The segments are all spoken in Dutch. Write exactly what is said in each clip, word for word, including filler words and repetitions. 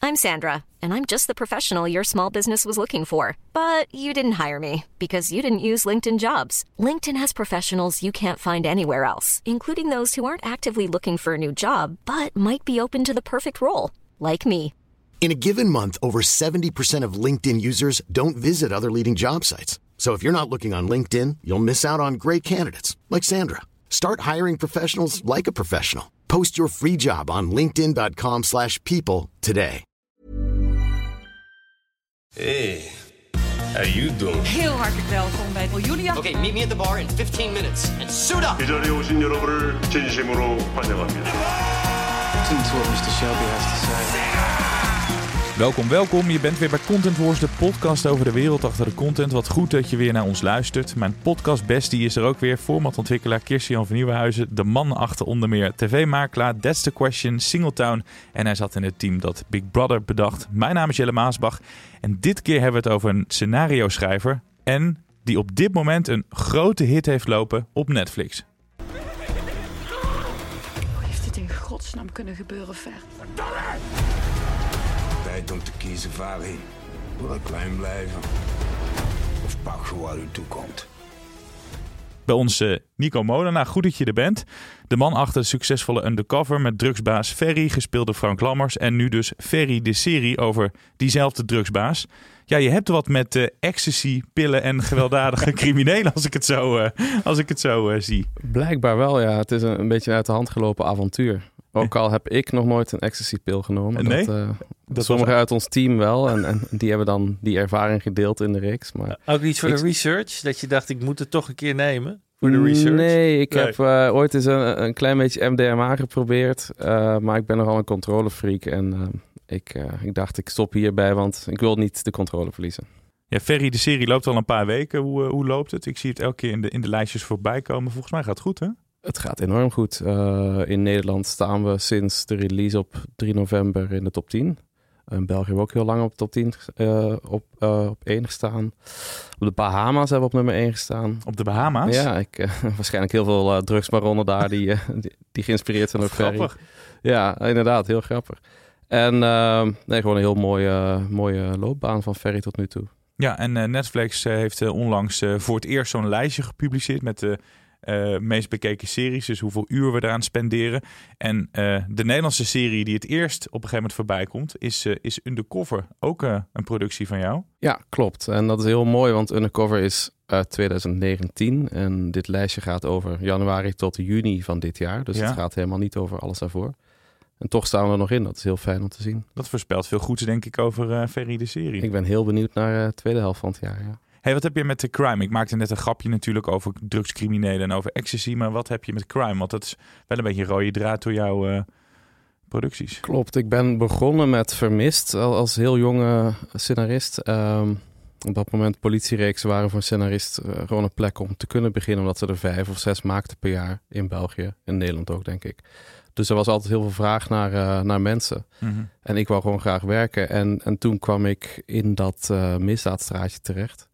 I'm Sandra, and I'm just the professional your small business was looking for. But you didn't hire me because you didn't use LinkedIn Jobs. LinkedIn has professionals you can't find anywhere else, including those who aren't actively looking for a new job, but might be open to the perfect role, like me. In a given month, over seventy percent of LinkedIn users don't visit other leading job sites. So if you're not looking on LinkedIn, you'll miss out on great candidates like Sandra. Start hiring professionals like a professional. Post your free job on linkedin.com slash people today. Hey, how you doing? Heel hartelijk welkom bij Julia. Okay, meet me at the bar in fifteen minutes and suit up. 이 자리에 오신 여러분을 진심으로 환영합니다. Listen to what mister Shelby has to say. Welkom, welkom. Je bent weer bij Content Wars, de podcast over de wereld achter de content. Wat goed dat je weer naar ons luistert. Mijn podcast bestie is er ook weer. Formatontwikkelaar Kirsten-Jan van Nieuwenhuizen. De man achter onder meer tv-makelaar, That's the Question, Singletown. En hij zat in het team dat Big Brother bedacht. Mijn naam is Jelle Maasbach. En dit keer hebben we het over een scenario-schrijver. En die op dit moment een grote hit heeft lopen op Netflix. Hoe heeft dit in godsnaam kunnen gebeuren, Ver? Tijd om te kiezen, Vali. Wil ik klein blijven? Of pak gewoon wat u toekomt? Bij ons uh, Nico Molenaar, goed dat je er bent. De man achter de succesvolle Undercover met drugsbaas Ferry, gespeeld door Frank Lammers. En nu dus Ferry, de serie over diezelfde drugsbaas. Ja, je hebt wat met uh, ecstasy, pillen en gewelddadige criminelen, als ik het zo, uh, als ik het zo uh, zie. Blijkbaar wel, ja. Het is een, een beetje een uit de hand gelopen avontuur. Ook al heb ik nog nooit een ecstasy-pil genomen. Nee? Dat, uh, dat sommigen was... uit ons team wel. En, en die hebben dan die ervaring gedeeld in de reeks. Maar ook iets voor ik... de research? Dat je dacht, ik moet het toch een keer nemen? Voor de research? Nee, ik nee. heb uh, ooit eens een, een klein beetje M D M A geprobeerd. Uh, maar ik ben nogal een controlefreak. En uh, ik, uh, ik dacht, ik stop hierbij, want ik wil niet de controle verliezen. Ja, Ferry, de serie loopt al een paar weken. Hoe, uh, hoe loopt het? Ik zie het elke keer in de, in de lijstjes voorbij komen. Volgens mij gaat het goed, hè? Het gaat enorm goed. Uh, in Nederland staan we sinds de release op drie november in de top tien. In België hebben we ook heel lang op de top tien uh, op, uh, op één gestaan. Op de Bahama's hebben we op nummer één gestaan. Op de Bahama's? Ja, ik, uh, waarschijnlijk heel veel uh, drugsbaronnen daar die, uh, die, die geïnspireerd zijn door Ferry. Grappig. Ja, inderdaad, heel grappig. En uh, nee, gewoon een heel mooie, mooie loopbaan van Ferry tot nu toe. Ja, en uh, Netflix uh, heeft uh, onlangs uh, voor het eerst zo'n lijstje gepubliceerd met de uh, meest bekeken series. Dus hoeveel uur we eraan spenderen. En uh, de Nederlandse serie die het eerst op een gegeven moment voorbij komt, is, uh, is Undercover. Ook uh, een productie van jou. Ja, klopt. En dat is heel mooi, want Undercover is uit twintig negentien. En dit lijstje gaat over januari tot juni van dit jaar. Dus ja. Het gaat helemaal niet over alles daarvoor. En toch staan we er nog in. Dat is heel fijn om te zien. Dat voorspelt veel goeds, denk ik, over uh, Ferry de serie. Ik ben heel benieuwd naar de uh, tweede helft van het jaar, ja. Hey, wat heb je met de crime? Ik maakte net een grapje natuurlijk over drugscriminelen en over ecstasy. Maar wat heb je met crime? Want dat is wel een beetje een rode draad door jouw uh, producties. Klopt. Ik ben begonnen met Vermist als heel jonge scenarist. Um, op dat moment politiereeksen waren voor een scenarist uh, gewoon een plek om te kunnen beginnen. Omdat ze er vijf of zes maakten per jaar in België. In Nederland ook, denk ik. Dus er was altijd heel veel vraag naar, uh, naar mensen. Mm-hmm. En ik wou gewoon graag werken. En, en toen kwam ik in dat uh, misdaadstraatje terecht.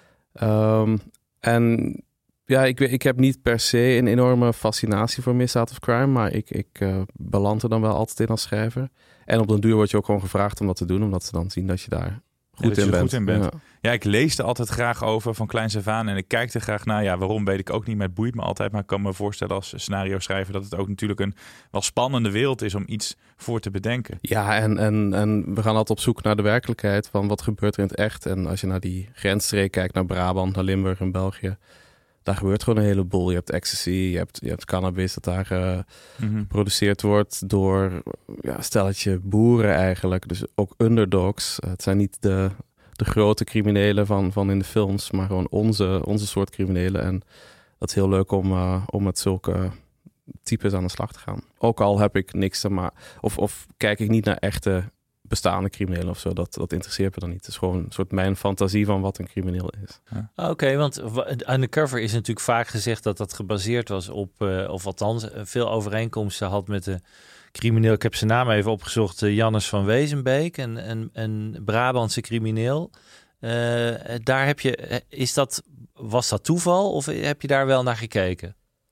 Um, en ja, ik, ik heb niet per se een enorme fascinatie voor misdaad of crime. Maar ik, ik uh, beland er dan wel altijd in als schrijver. En op den duur word je ook gewoon gevraagd om dat te doen. Omdat ze dan zien dat je daar goed, ja, in, je bent. goed in bent. Ja. Ja, ik lees er altijd graag over van kleins af aan. En ik kijk er graag naar. Ja, waarom weet ik ook niet. Maar het boeit me altijd. Maar ik kan me voorstellen als scenario schrijver dat het ook natuurlijk een wel spannende wereld is om iets voor te bedenken. Ja, en, en, en we gaan altijd op zoek naar de werkelijkheid van wat gebeurt er in het echt. En als je naar die grensstreek kijkt, naar Brabant, naar Limburg en België, daar gebeurt gewoon een heleboel. Je hebt ecstasy, je hebt, je hebt cannabis dat daar uh, mm-hmm. geproduceerd wordt door ja, stelletje boeren eigenlijk. Dus ook underdogs. Het zijn niet de, de grote criminelen van, van in de films, maar gewoon onze, onze soort criminelen. En dat is heel leuk om, uh, om met zulke types aan de slag te gaan. Ook al heb ik niks te maken, of, of kijk ik niet naar echte bestaande criminelen of zo, dat, dat interesseert me dan niet. Het is gewoon een soort mijn fantasie van wat een crimineel is. Ja. Oké, okay, want Undercover is natuurlijk vaak gezegd dat dat gebaseerd was op, uh, of althans veel overeenkomsten had met de crimineel. Ik heb zijn naam even opgezocht, uh, Jannes van Wezenbeek, een, een, een Brabantse crimineel. Uh, daar heb je, is dat, was dat toeval of heb je daar wel naar gekeken?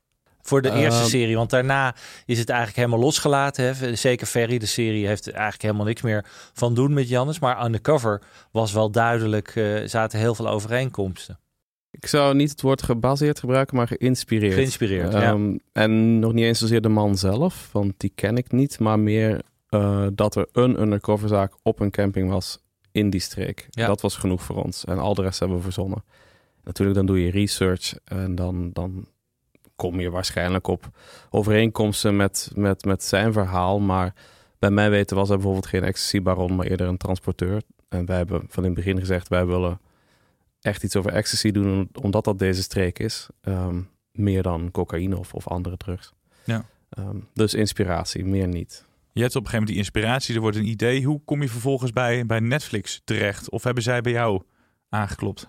Voor de eerste Uh, serie, want daarna is het eigenlijk helemaal losgelaten. Hè? Zeker Ferry, de serie, heeft eigenlijk helemaal niks meer van doen met Jannes. Maar Undercover was wel duidelijk, uh, zaten heel veel overeenkomsten. Ik zou niet het woord gebaseerd gebruiken, maar geïnspireerd. Geïnspireerd, um, ja. En nog niet eens zozeer de man zelf, want die ken ik niet. Maar meer uh, dat er een undercoverzaak op een camping was in die streek. Ja. Dat was genoeg voor ons. En al de rest hebben we verzonnen. Natuurlijk, dan doe je research en dan... dan kom je waarschijnlijk op overeenkomsten met, met, met zijn verhaal. Maar bij mij weten was hij bijvoorbeeld geen ecstasy-baron, maar eerder een transporteur. En wij hebben van in het begin gezegd, wij willen echt iets over ecstasy doen, omdat dat deze streek is. Um, meer dan cocaïne of, of andere drugs. Ja. Um, dus inspiratie, meer niet. Je hebt op een gegeven moment die inspiratie, er wordt een idee. Hoe kom je vervolgens bij, bij Netflix terecht? Of hebben zij bij jou aangeklopt?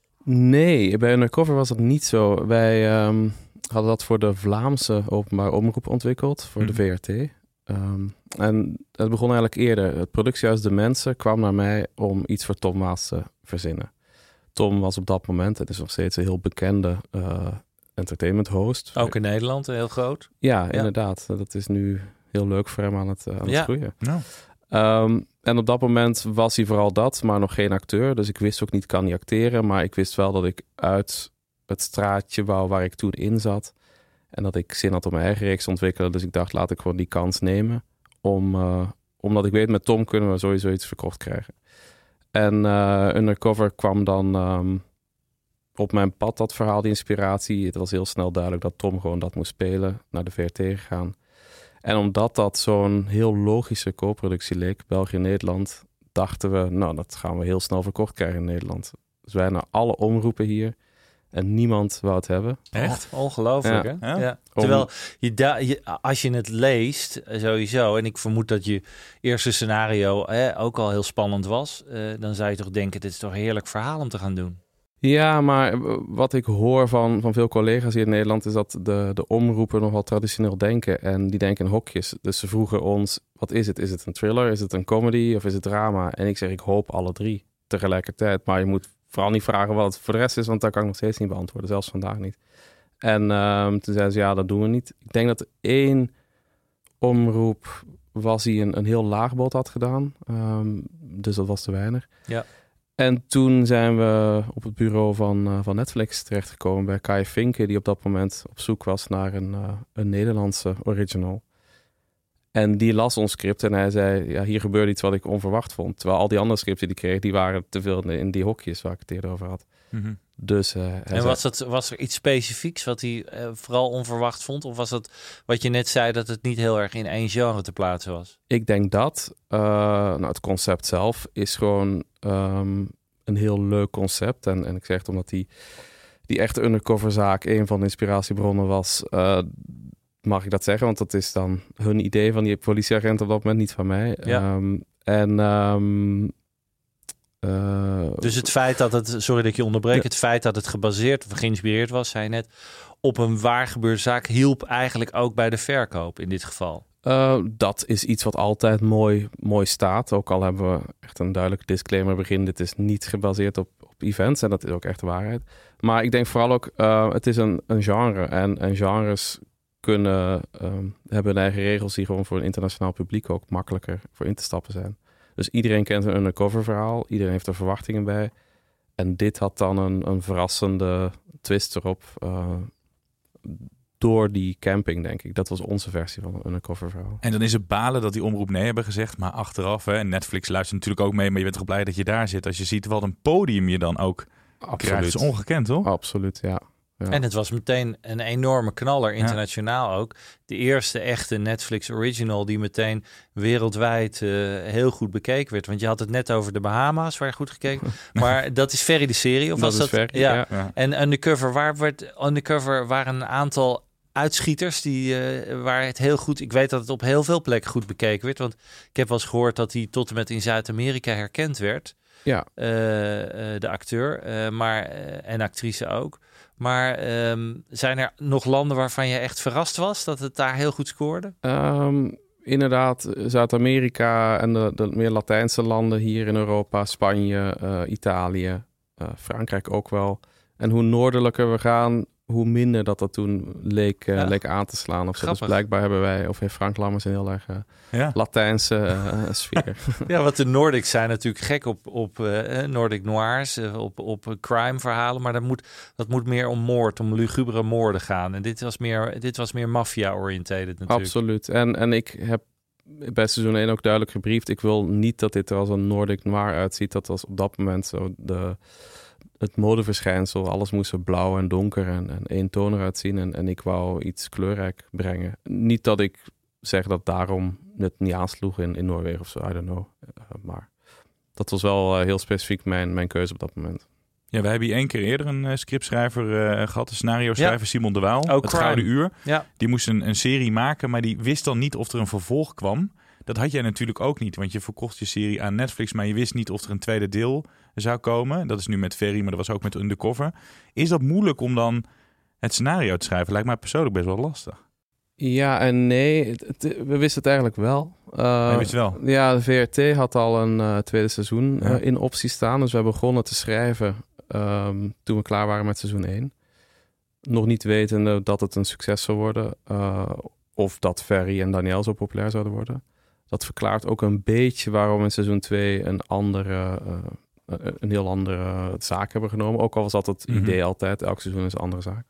Nee, bij Undercover was het niet zo. Wij... Um, hadden dat voor de Vlaamse openbare omroep ontwikkeld, voor mm. de V R T. Um, en het begon eigenlijk eerder. Het productiehuis De Mensen kwam naar mij om iets voor Tom Waas te verzinnen. Tom was op dat moment, het is nog steeds een heel bekende uh, entertainment host. Ook in Nederland, heel groot. Ja, ja, inderdaad. Dat is nu heel leuk voor hem aan het, uh, aan ja. het groeien. No. Um, en op dat moment was hij vooral dat, maar nog geen acteur. Dus ik wist ook niet, kan hij acteren. Maar ik wist wel dat ik uit... het straatje wou waar ik toen in zat. En dat ik zin had om mijn eigen reeks te ontwikkelen. Dus ik dacht, laat ik gewoon die kans nemen. Om, uh, omdat ik weet, met Tom kunnen we sowieso iets verkocht krijgen. En uh, Undercover kwam dan um, op mijn pad, dat verhaal, die inspiratie. Het was heel snel duidelijk dat Tom gewoon dat moest spelen. Naar de V R T gegaan. En omdat dat zo'n heel logische co-productie leek, België-Nederland, dachten we, nou, dat gaan we heel snel verkocht krijgen in Nederland. Dus wij naar alle omroepen hier. En niemand wou het hebben. Echt? Oh, ongelooflijk, ja. hè? Ja. Ja. Terwijl, je da- je, als je het leest, sowieso... en ik vermoed dat je eerste scenario hè, ook al heel spannend was... Uh, dan zou je toch denken, dit is toch een heerlijk verhaal om te gaan doen. Ja, maar wat ik hoor van, van veel collega's hier in Nederland... is dat de, de omroepen nogal traditioneel denken. En die denken in hokjes. Dus ze vroegen ons, wat is het? Is het een thriller? Is het een comedy? Of is het drama? En ik zeg, ik hoop alle drie tegelijkertijd. Maar je moet... vooral niet vragen wat het voor de rest is, want dat kan ik nog steeds niet beantwoorden. Zelfs vandaag niet. En um, toen zeiden ze, ja, dat doen we niet. Ik denk dat één omroep was die een, een heel laag bod had gedaan. Um, dus dat was te weinig. Ja. En toen zijn we op het bureau van, uh, van Netflix terechtgekomen bij Kai Finke, die op dat moment op zoek was naar een, uh, een Nederlandse original. En die las ons script en hij zei, ja, hier gebeurde iets wat ik onverwacht vond. Terwijl al die andere scripts die ik kreeg, die waren te veel in die hokjes waar ik het eerder over had. Mm-hmm. Dus, uh, en was, het, was er iets specifieks wat hij uh, vooral onverwacht vond? Of was het wat je net zei, dat het niet heel erg in één genre te plaatsen was? Ik denk dat. Uh, nou, het concept zelf is gewoon um, een heel leuk concept. En, en ik zeg het omdat die, die echte undercoverzaak een van de inspiratiebronnen was... Uh, mag ik dat zeggen? Want dat is dan hun idee van die politieagent op dat moment, niet van mij. Ja. Um, en... Um, uh, dus het feit dat het, sorry dat ik je onderbreek, ja. het feit dat het gebaseerd of geïnspireerd was, zei je net, op een waar gebeurde zaak, hielp eigenlijk ook bij de verkoop in dit geval. Uh, dat is iets wat altijd mooi, mooi staat. Ook al hebben we echt een duidelijke disclaimer begin. Dit is niet gebaseerd op, op events en dat is ook echt de waarheid. Maar ik denk vooral ook, uh, het is een, een genre en, en genres kunnen um, hebben hun eigen regels die gewoon voor een internationaal publiek ook makkelijker voor in te stappen zijn. Dus iedereen kent een undercover verhaal, iedereen heeft er verwachtingen bij. En dit had dan een, een verrassende twist erop uh, door die camping, denk ik. Dat was onze versie van een undercover verhaal. En dan is het balen dat die omroep nee hebben gezegd, maar achteraf, hè, Netflix luistert natuurlijk ook mee, maar je bent toch blij dat je daar zit. Als je ziet wat een podium je dan ook Absoluut. krijgt. Dat is ongekend, toch? Absoluut, ja. Ja. En het was meteen een enorme knaller, internationaal ja. ook. De eerste echte Netflix original die meteen wereldwijd uh, heel goed bekeken werd. Want je had het net over de Bahama's, waar je goed gekeken. Maar dat is Ferry de serie, of dat was dat? Ferry, ja. ja. ja. En Undercover, waar werd Undercover waren een aantal uitschieters die uh, waar het heel goed. Ik weet dat het op heel veel plekken goed bekeken werd, want ik heb wel eens gehoord dat hij tot en met in Zuid-Amerika herkend werd. Ja. Uh, uh, de acteur, uh, maar uh, en actrice ook. Maar um, zijn er nog landen waarvan je echt verrast was dat het daar heel goed scoorde? Um, inderdaad, Zuid-Amerika en de, de meer Latijnse landen hier in Europa, Spanje, uh, Italië, uh, Frankrijk ook wel. En hoe noordelijker we gaan, hoe minder dat dat toen leek, uh, Ja. leek aan te slaan. Of zo. Dus Grappig. blijkbaar hebben wij, of heeft Frank Lammers een heel erg uh, Ja. Latijnse uh, sfeer. Ja, want de Nordics zijn natuurlijk gek op, op uh, Nordic noirs, uh, op, op uh, crime verhalen. Maar dat moet, dat moet meer om moord, om lugubere moorden gaan. En dit was meer, dit was meer maffia-oriëntated natuurlijk. Absoluut. En, en ik heb bij seizoen één ook duidelijk gebriefd. Ik wil niet dat dit er als een Nordic noir uitziet. Dat was op dat moment zo de, het modeverschijnsel. Alles moest er blauw en donker en, en eentonig uitzien. En, en ik wou iets kleurrijk brengen. Niet dat ik zeg dat daarom het niet aansloeg in, in Noorwegen of zo. I don't know. Uh, maar dat was wel uh, heel specifiek mijn, mijn keuze op dat moment. Ja, we hebben hier één keer eerder een uh, scriptschrijver uh, gehad, een scenario-schrijver, ja. Simon de Waal. Oh, het crime. Gouden Uur. Ja. Die moest een, een serie maken, maar die wist dan niet of er een vervolg kwam. Dat had jij natuurlijk ook niet, want je verkocht je serie aan Netflix, maar je wist niet of er een tweede deel zou komen. Dat is nu met Ferry, maar dat was ook met Undercover. Is dat moeilijk om dan het scenario te schrijven? Lijkt mij persoonlijk best wel lastig. Ja en nee. Het, het, we wisten het eigenlijk wel. Uh, je wist wel? Ja, de V R T had al een uh, tweede seizoen uh, ja. in optie staan. Dus we begonnen te schrijven um, toen we klaar waren met seizoen één. Nog niet wetende dat het een succes zou worden. Uh, of dat Ferry en Danielle zo populair zouden worden. Dat verklaart ook een beetje waarom in seizoen twee een andere... Uh, een heel andere zaak hebben genomen. Ook al was dat het mm-hmm. idee altijd. Elk seizoen is een andere zaak.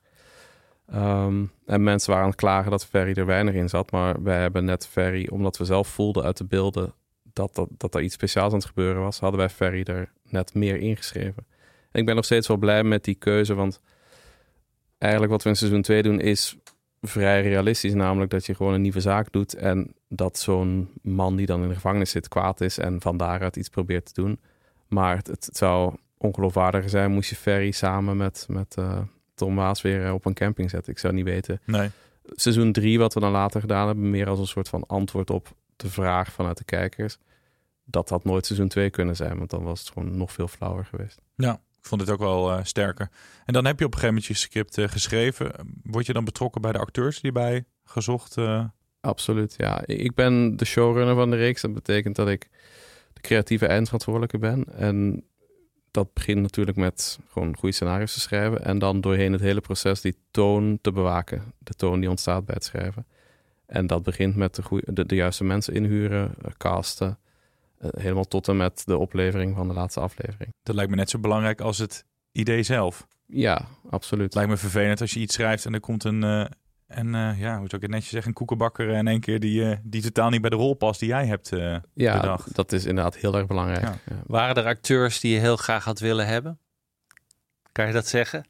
Um, en mensen waren aan het klagen dat Ferry er weinig in zat. Maar wij hebben net Ferry, omdat we zelf voelden uit de beelden dat, dat, dat er iets speciaals aan het gebeuren was, hadden wij Ferry er net meer ingeschreven. En ik ben nog steeds wel blij met die keuze, want eigenlijk wat we in seizoen twee doen is vrij realistisch. Namelijk dat je gewoon een nieuwe zaak doet en dat zo'n man die dan in de gevangenis zit kwaad is en van daaruit iets probeert te doen. Maar het, het zou ongeloofwaardiger zijn moest je Ferry samen met... met uh, Tom Waas weer op een camping zetten. Ik zou niet weten. Nee. Seizoen drie, wat we dan later gedaan hebben, meer als een soort van antwoord op de vraag vanuit de kijkers. Dat had nooit seizoen twee kunnen zijn, want dan was het gewoon nog veel flauwer geweest. Ja, ik vond het ook wel uh, sterker. En dan heb je op een gegeven moment je script uh, geschreven. Word je dan betrokken bij de acteurs die bij gezocht? Uh... Absoluut, ja. Ik ben de showrunner van de reeks. Dat betekent dat ik de creatieve eindverantwoordelijke ben. En dat begint natuurlijk met gewoon goede scenario's te schrijven. En dan doorheen het hele proces die toon te bewaken. De toon die ontstaat bij het schrijven. En dat begint met de, goeie, de, de juiste mensen inhuren, casten. Uh, helemaal tot en met de oplevering van de laatste aflevering. Dat lijkt me net zo belangrijk als het idee zelf. Ja, absoluut. Het lijkt me vervelend als je iets schrijft en er komt een... Uh, en uh, ja, hoe zou ik het netjes zeggen? Een koekenbakker in één keer die, uh, die totaal niet bij de rol past die jij hebt uh, ja, bedacht. Ja, dat is inderdaad heel erg belangrijk. Ja. Ja. Waren er acteurs die je heel graag had willen hebben? Kan je dat zeggen?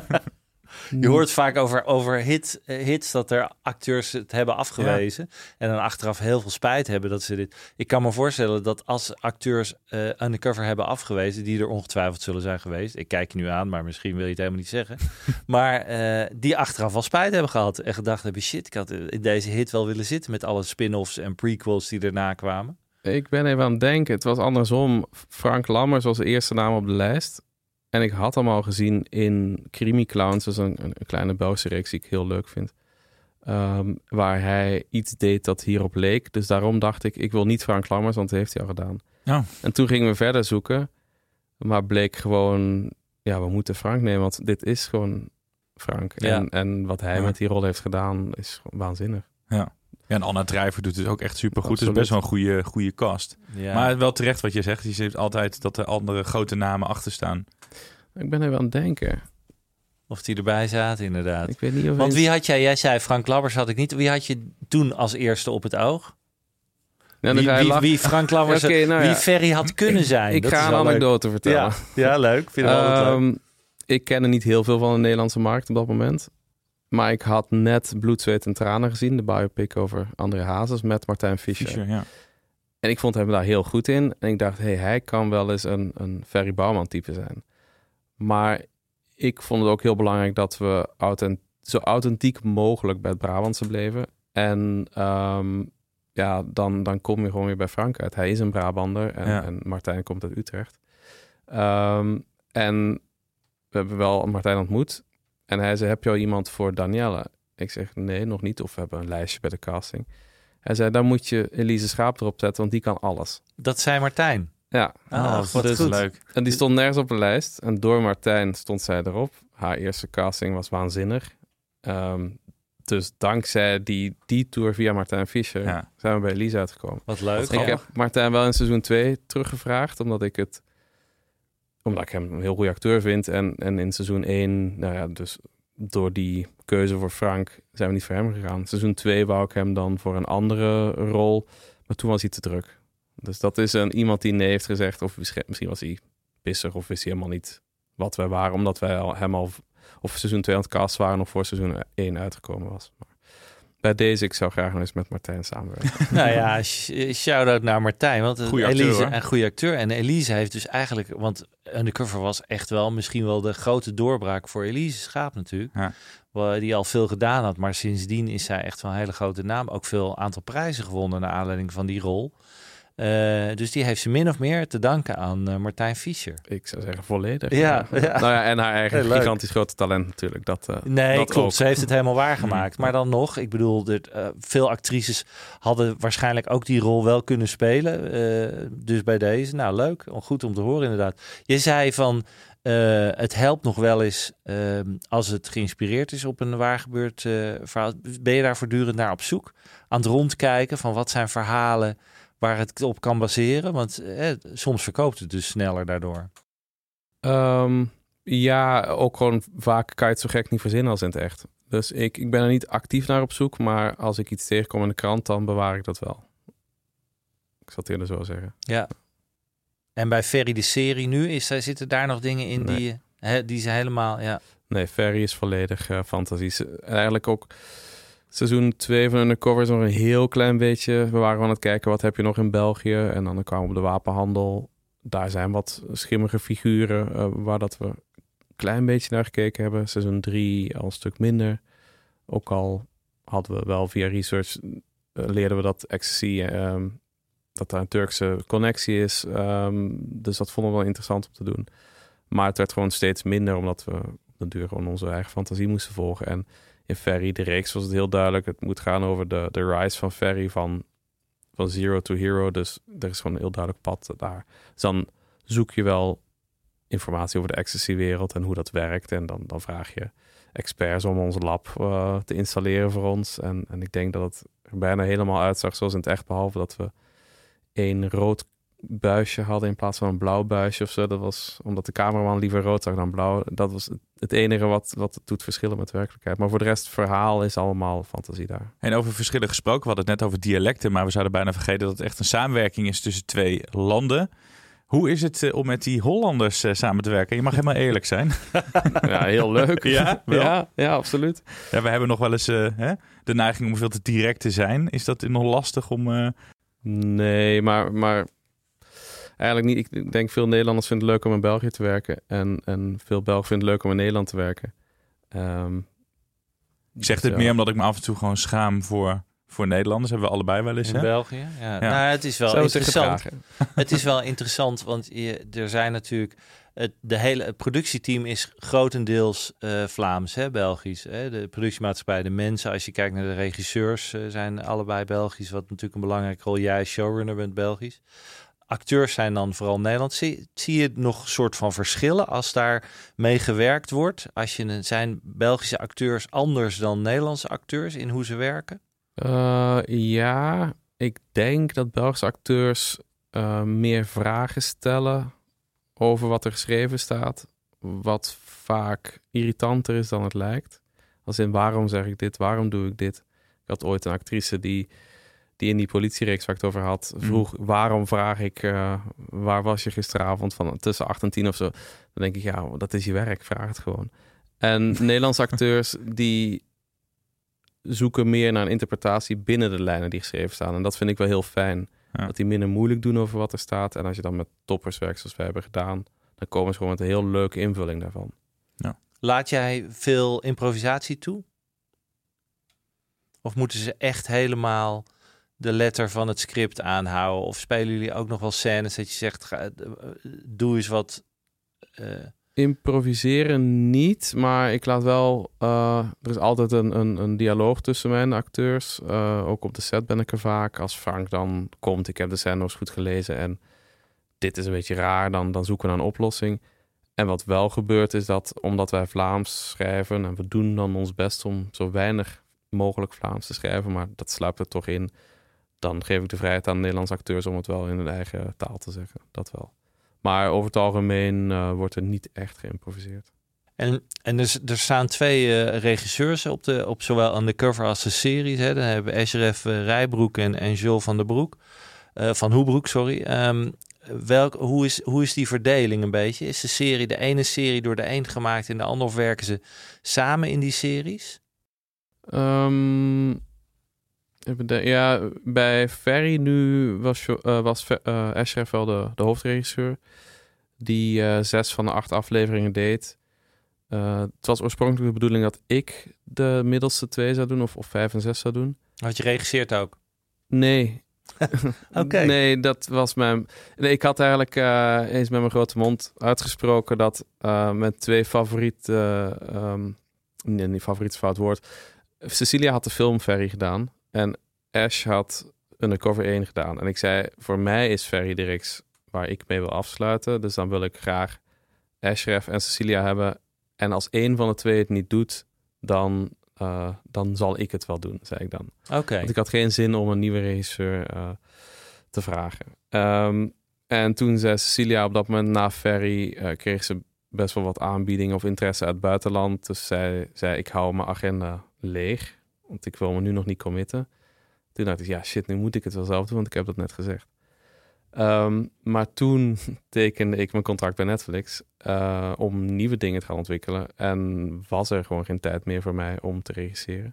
Je hoort vaak over, over hit, uh, hits dat er acteurs het hebben afgewezen. Ja. En dan achteraf heel veel spijt hebben dat ze dit... Ik kan me voorstellen dat als acteurs uh, Undercover hebben afgewezen, die er ongetwijfeld zullen zijn geweest. Ik kijk je nu aan, maar misschien wil je het helemaal niet zeggen. Maar uh, die achteraf wel spijt hebben gehad. En gedacht hebben, shit, ik had in deze hit wel willen zitten met alle spin-offs en prequels die erna kwamen. Ik ben even aan het denken. Het was andersom. Frank Lammers was de eerste naam op de lijst. En ik had hem al gezien in Krimi Clowns, dat is een, een kleine Belgische reeks die ik heel leuk vind. Um, waar hij iets deed dat hierop leek. Dus daarom dacht ik, ik wil niet Frank Lammers, want dat heeft hij al gedaan. Oh. En toen gingen we verder zoeken. Maar bleek gewoon, ja, we moeten Frank nemen, want dit is gewoon Frank. Ja. En, en wat hij ja. met die rol heeft gedaan, is waanzinnig. Ja. Ja, en Anna Drijver doet het ook echt supergoed. Het is best wel een goede, goede cast. Ja. Maar wel terecht wat je zegt. Je ziet altijd dat er andere grote namen achter staan. Ik ben even aan het denken. Of die erbij zaten, inderdaad. Ik weet niet of Want eens... wie had jij? Jij zei Frank Lammers had ik niet. Wie had je toen als eerste op het oog? Ja, wie, wie, lach... wie Frank Lammers, okay, nou wie ja. Ferry had kunnen zijn. Ik dat ga is een wel anekdote leuk. vertellen. Ja, ja leuk. Vind ik wel um, leuk. Ik kende niet heel veel van de Nederlandse markt op dat moment. Maar ik had net Bloed, Zweet en Tranen gezien. De biopic over André Hazes met Martijn Fischer. Fischer ja. En ik vond hem daar heel goed in. En ik dacht, hey, hij kan wel eens een, een Ferry Bouwman type zijn. Maar ik vond het ook heel belangrijk dat we authent- zo authentiek mogelijk bij het Brabantse bleven. En um, ja, dan, dan kom je gewoon weer bij Frank uit. Hij is een Brabander en, ja. en Martijn komt uit Utrecht. Um, en we hebben wel Martijn ontmoet. En hij zei, heb je al iemand voor Danielle? Ik zeg, nee, nog niet. Of we hebben een lijstje bij de casting. Hij zei, dan moet je Elise Schaap erop zetten, want die kan alles. Dat zei Martijn. Ja. Ah, oh, wat dus goed. Leuk. En die stond nergens op de lijst. En door Martijn stond zij erop. haar eerste casting was waanzinnig. Um, dus dankzij die, die tour via Martijn Fischer ja. zijn we bij Elise uitgekomen. Wat leuk. Ik ja. heb Martijn wel in seizoen twee teruggevraagd, omdat ik het, omdat ik hem een heel goede acteur vind. En, en in seizoen één, nou ja, dus door die keuze voor Frank zijn we niet voor hem gegaan. Seizoen twee wou ik hem dan voor een andere rol, maar toen was hij te druk. Dus dat is een iemand die nee heeft gezegd, of misschien was hij pissig of wist hij helemaal niet wat wij waren, omdat wij al, hem al of seizoen twee aan het cast waren of voor seizoen één uitgekomen was. Maar bij deze, ik zou graag nog eens met Martijn samenwerken. Nou ja, shout-out naar Martijn. Want goeie Elise, acteur, een goede acteur. En Elise heeft dus eigenlijk, want Undercover was echt wel misschien wel de grote doorbraak voor Elise Schaap natuurlijk. Ja. Die al veel gedaan had. Maar sindsdien is zij echt wel een hele grote naam. Ook veel aantal prijzen gewonnen naar aanleiding van die rol. Uh, dus die heeft ze min of meer te danken aan uh, Martijn Fischer. Ik zou zeggen volledig. Ja, ja. Nou ja, en haar eigen gigantisch grote talent natuurlijk. Dat, uh, nee, dat klopt. ook. Ze heeft het helemaal waargemaakt. Maar dan nog, ik bedoel, de, uh, veel actrices hadden waarschijnlijk ook die rol wel kunnen spelen. Uh, dus bij deze, nou leuk, goed om te horen inderdaad. Je zei van, uh, het helpt nog wel eens uh, als het geïnspireerd is op een waargebeurd uh, verhaal. Ben je daar voortdurend naar op zoek? Aan het rondkijken van wat zijn verhalen waar het op kan baseren? Want eh, soms verkoopt het dus sneller daardoor. Um, ja, ook gewoon vaak kan je het zo gek niet verzinnen als in het echt. Dus ik, ik ben er niet actief naar op zoek, maar als ik iets tegenkom in de krant, dan bewaar ik dat wel. Ik zal het eerder zo zeggen. Ja. En bij Ferry de serie nu, is, zitten daar nog dingen in nee. die, he, die ze helemaal... Ja. Nee, Ferry is volledig uh, fantasie. Eigenlijk ook... Seizoen twee van Undercover is nog een heel klein beetje. We waren aan het kijken, wat heb je nog in België? En dan kwamen we op de wapenhandel. Daar zijn wat schimmige figuren uh, waar dat we een klein beetje naar gekeken hebben. Seizoen drie al een stuk minder. Ook al hadden we wel via research, uh, leerden we dat Ecstasy, um, dat daar een Turkse connectie is. Um, dus dat vonden we wel interessant om te doen. Maar het werd gewoon steeds minder, omdat we op de duur gewoon onze eigen fantasie moesten volgen. En in Ferry, de reeks, was het heel duidelijk. Het moet gaan over de, de rise van Ferry van, van zero to hero. Dus er is gewoon een heel duidelijk pad daar. Dus dan zoek je wel informatie over de ecstasy-wereld en hoe dat werkt. En dan, dan vraag je experts om ons lab uh, te installeren voor ons. En, en ik denk dat het er bijna helemaal uitzag zoals in het echt. Behalve dat we één rood buisje hadden in plaats van een blauw buisje of zo. Dat was omdat de cameraman liever rood zag dan blauw. Dat was het enige wat, wat het doet verschillen met de werkelijkheid. Maar voor de rest, het verhaal is allemaal fantasie daar. En over verschillen gesproken, we hadden het net over dialecten, maar we zouden bijna vergeten dat het echt een samenwerking is tussen twee landen. Hoe is het uh, om met die Hollanders uh, samen te werken? Je mag helemaal eerlijk zijn. Ja, heel leuk. Ja, wel? ja, ja, absoluut. Ja, we hebben nog wel eens uh, hè, de neiging om veel te direct te zijn. Is dat nog lastig om... Uh... Nee, maar... maar... Eigenlijk niet. Ik denk veel Nederlanders vinden het leuk om in België te werken. En, en veel Belgen vinden het leuk om in Nederland te werken. Um, ik zeg dit ja. meer omdat ik me af en toe gewoon schaam voor, voor Nederlanders. Hebben we allebei wel eens. In hè? België? Ja. Ja. Nou, het is wel Zo interessant. Het is wel interessant, want je, er zijn natuurlijk... Het, de hele, het productieteam is grotendeels uh, Vlaams, hè, Belgisch. Hè? De productiemaatschappij, de mensen, als je kijkt naar de regisseurs, uh, zijn allebei Belgisch. Wat natuurlijk een belangrijke rol. Jij showrunner bent Belgisch. Acteurs zijn dan vooral Nederlands. Zie, zie je nog een soort van verschillen als daar mee gewerkt wordt? Als je, zijn Belgische acteurs anders dan Nederlandse acteurs in hoe ze werken? Uh, ja, ik denk dat Belgische acteurs uh, meer vragen stellen over wat er geschreven staat. Wat vaak irritanter is dan het lijkt. Als in, waarom zeg ik dit? Waarom doe ik dit? Ik had ooit een actrice die... die in die politiereeks waar ik het over had, vroeg... Mm. waarom vraag ik, uh, waar was je gisteravond van tussen acht en tien of zo? Dan denk ik, ja, dat is je werk, vraag het gewoon. En Nederlandse acteurs, die zoeken meer naar een interpretatie binnen de lijnen die geschreven staan. En dat vind ik wel heel fijn. Ja. Dat die minder moeilijk doen over wat er staat. En als je dan met toppers werkt, zoals wij hebben gedaan, dan komen ze gewoon met een heel leuke invulling daarvan. Ja. Laat jij veel improvisatie toe? Of moeten ze echt helemaal de letter van het script aanhouden? Of spelen jullie ook nog wel scènes dat je zegt, ga, doe eens wat... Uh... Improviseren niet, maar ik laat wel... Uh, er is altijd een, een, een dialoog tussen mij en de acteurs. Uh, ook op de set ben ik er vaak. Als Frank dan komt, ik heb de scène nog eens goed gelezen en dit is een beetje raar, dan, dan zoeken we naar een oplossing. En wat wel gebeurt is dat omdat wij Vlaams schrijven... en we doen dan ons best om zo weinig mogelijk Vlaams te schrijven... maar dat sluipt er toch in... dan geef ik de vrijheid aan de Nederlandse acteurs... om het wel in hun eigen taal te zeggen. Dat wel. Maar over het algemeen uh, wordt er niet echt geïmproviseerd. En, en er, er staan twee uh, regisseurs op, de, op zowel aan de cover als de series. Hè. Dan hebben we Ashraf uh, Rijbroek en, en Joel van der Broek. Uh, van Hoebroek, sorry. Um, welk, hoe, is, hoe is die verdeling een beetje? Is de serie de ene serie door de een gemaakt en de andere... of werken ze samen in die series? Um, even de, ja, bij Ferry nu was, uh, was uh, Ashraf wel de, de hoofdregisseur... die uh, zes van de acht afleveringen deed... Uh, het was oorspronkelijk de bedoeling dat ik de middelste twee zou doen, of, of vijf en zes zou doen. Had je regisseerd ook? Nee. Oké. Okay. Nee, dat was mijn... Nee, ik had eigenlijk uh, eens met mijn grote mond uitgesproken dat uh, mijn twee favoriete... Uh, um, nee, niet favoriet is fout woord. Cecilia had de film Ferry gedaan en Ash had Undercover één gedaan. En ik zei, voor mij is Ferry de reeks waar ik mee wil afsluiten. Dus dan wil ik graag Ashraf en Cecilia hebben... En als één van de twee het niet doet, dan, uh, dan zal ik het wel doen, zei ik dan. Oké. Okay. Want ik had geen zin om een nieuwe regisseur uh, te vragen. Um, en toen zei Cecilia op dat moment na Ferry... Uh, kreeg ze best wel wat aanbiedingen of interesse uit het buitenland. Dus zij zei, ik hou mijn agenda leeg. Want ik wil me nu nog niet committen. Toen dacht ik, ja shit, nu moet ik het wel zelf doen, want ik heb dat net gezegd. Um, maar toen tekende ik mijn contract bij Netflix uh, om nieuwe dingen te gaan ontwikkelen. En was er gewoon geen tijd meer voor mij om te regisseren.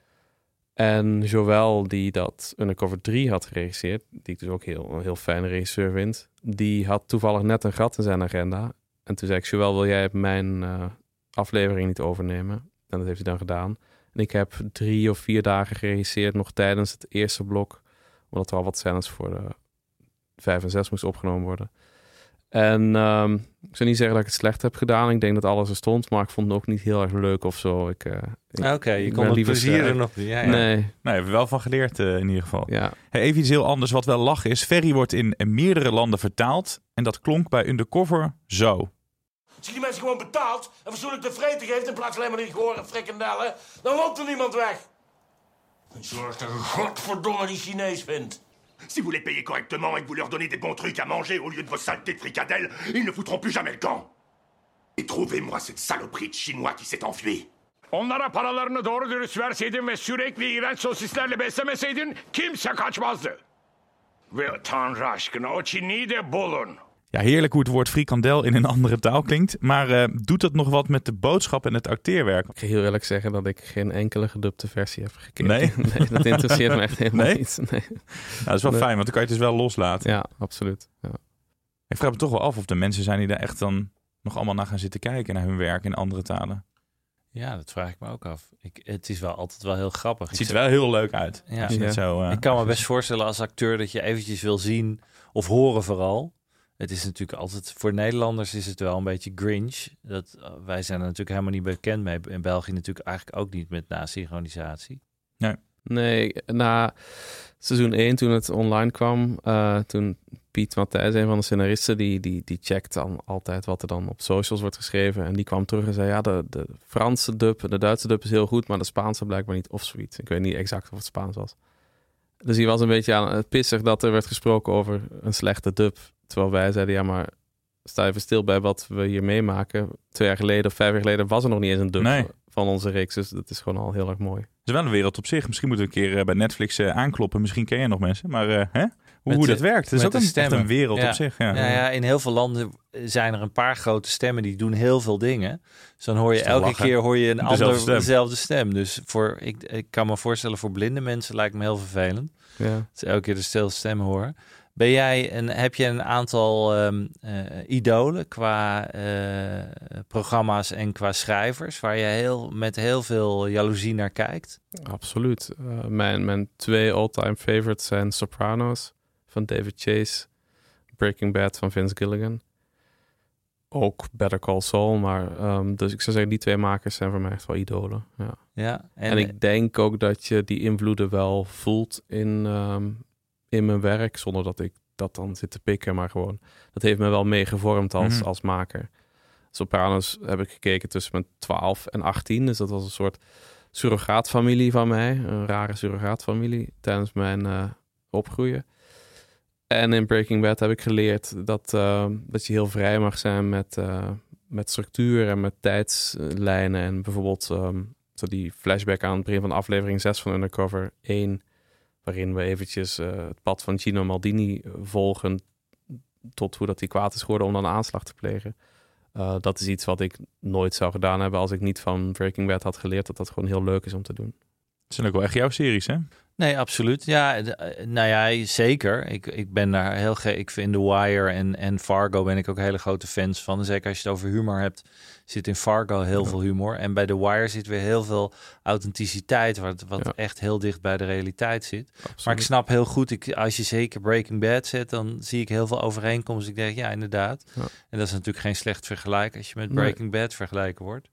En Joël, die dat Undercover drie had geregisseerd, die ik dus ook heel, een heel fijne regisseur vind, die had toevallig net een gat in zijn agenda. En toen zei ik, Joël, wil jij mijn uh, aflevering niet overnemen? En dat heeft hij dan gedaan. En ik heb drie of vier dagen geregisseerd, nog tijdens het eerste blok, omdat er al wat scènes voor de vijf en zes moest opgenomen worden. En um, ik zou niet zeggen dat ik het slecht heb gedaan. Ik denk dat alles er stond, maar ik vond het ook niet heel erg leuk of zo. Ik, uh, Oké, okay, je kon het plezier er nog niet. Ja, ja. Nee. Nou, je hebt er wel van geleerd uh, in ieder geval. Ja. Hey, even iets heel anders wat wel lachen is. Ferry wordt in, in meerdere landen vertaald. En dat klonk bij Undercover zo. Als je die mensen gewoon betaalt en fatsoenlijk te vreten geeft... in plaats van alleen maar die gore frikandellen... dan loopt er niemand weg. En zorg dat je godverdomme die Chinees vindt. Si vous les payez correctement et que vous leur donnez des bons trucs à manger au lieu de vos saletés de fricadelles, ils ne foutront plus jamais le camp. Et trouvez-moi cette saloperie de Chinois qui s'est enfui. Onlara paralarını doğru dürüst verseydin ve sürekli iğrenç sosislerle beslemeseydin kimse kaçmazdı. Ve Tanrı aşkına o Çin'i de bulun. Ja, heerlijk hoe het woord frikandel in een andere taal klinkt. Maar uh, doet dat nog wat met de boodschap en het acteerwerk? Ik ga heel eerlijk zeggen dat ik geen enkele gedubte versie heb gekeken. Nee? Nee, dat interesseert me echt helemaal nee? niet. Nee. Nou, dat is wel nee. fijn, want dan kan je het dus wel loslaten. Ja, absoluut. Ja. Ik vraag me toch wel af of de mensen zijn die daar echt dan nog allemaal naar gaan zitten kijken, naar hun werk in andere talen. Ja, dat vraag ik me ook af. Ik, het is wel altijd wel heel grappig. Het ziet er wel heel leuk uit. Ja. Ja. Zo, uh... Ik kan me best voorstellen als acteur dat je eventjes wil zien of horen vooral. Het is natuurlijk altijd, voor Nederlanders is het wel een beetje Grinch. Dat, uh, wij zijn er natuurlijk helemaal niet bekend mee. In België natuurlijk eigenlijk ook niet met nasynchronisatie. Nee. Nee, na seizoen één toen het online kwam, uh, toen Piet Matthijs, een van de scenaristen, die, die, die checkt dan altijd wat er dan op socials wordt geschreven. En die kwam terug en zei, ja, de, de Franse dub, de Duitse dub is heel goed, maar de Spaanse blijkbaar niet, of zoiets. Ik weet niet exact of het Spaans was. Dus hij was een beetje aan het pissig dat er werd gesproken over een slechte dub. Terwijl wij zeiden, ja, maar sta even stil bij wat we hier meemaken. Twee jaar geleden of vijf jaar geleden was er nog niet eens een dub nee. van onze reeks. Dus dat is gewoon al heel erg mooi. Het is wel een wereld op zich. Misschien moeten we een keer uh, bij Netflix uh, aankloppen. Misschien ken je nog mensen. Maar uh, hè? Hoe, hoe dat werkt. Het is ook een, echt een wereld ja. op zich. Ja. Ja, ja, in heel veel landen zijn er een paar grote stemmen die doen heel veel dingen. Dus dan hoor je elke lachen. keer hoor je een dezelfde ander, stem. dezelfde stem. Dus voor, ik, ik kan me voorstellen, voor blinde mensen lijkt me heel vervelend. Ja. Dus elke keer dezelfde stem horen. Ben jij een, heb je een aantal um, uh, idolen qua uh, programma's en qua schrijvers waar je heel, met heel veel jaloezie naar kijkt? Absoluut. Uh, mijn, mijn twee all-time favorites zijn Sopranos van David Chase, Breaking Bad van Vince Gilligan. Ook Better Call Saul, maar um, dus ik zou zeggen die twee makers zijn voor mij echt wel idolen. Ja. Ja, en, en ik denk ook dat je die invloeden wel voelt in... Um, in mijn werk, zonder dat ik dat dan zit te pikken, maar gewoon, dat heeft me wel mee gevormd als, mm-hmm. als maker. Sopranos heb ik gekeken tussen mijn twaalf en achttien. Dus dat was een soort surrogaatfamilie van mij. Een rare surrogaatfamilie tijdens mijn uh, opgroeien. En in Breaking Bad heb ik geleerd dat, uh, dat je heel vrij mag zijn met, uh, met structuur en met tijdslijnen. En bijvoorbeeld um, zo die flashback aan het begin van aflevering zes van Undercover één... waarin we eventjes uh, het pad van Gino Maldini volgen tot hoe dat hij kwaad is geworden om dan een aanslag te plegen. Uh, dat is iets wat ik nooit zou gedaan hebben als ik niet van Breaking Bad had geleerd dat dat gewoon heel leuk is om te doen. Het zijn ook wel echt jouw series, hè? Nee, absoluut. Ja, nou ja, zeker. Ik, ik ben daar heel ge- ik vind The Wire en, en Fargo ben ik ook hele grote fans van. Zeker als je het over humor hebt, zit in Fargo heel ja. veel humor. En bij The Wire zit weer heel veel authenticiteit, wat, wat ja. echt heel dicht bij de realiteit zit. Absoluut. Maar ik snap heel goed, ik, als je zeker Breaking Bad zet, dan zie ik heel veel overeenkomsten. Ik denk, ja, inderdaad. Ja. En dat is natuurlijk geen slecht vergelijk als je met Breaking nee. Bad vergelijken wordt.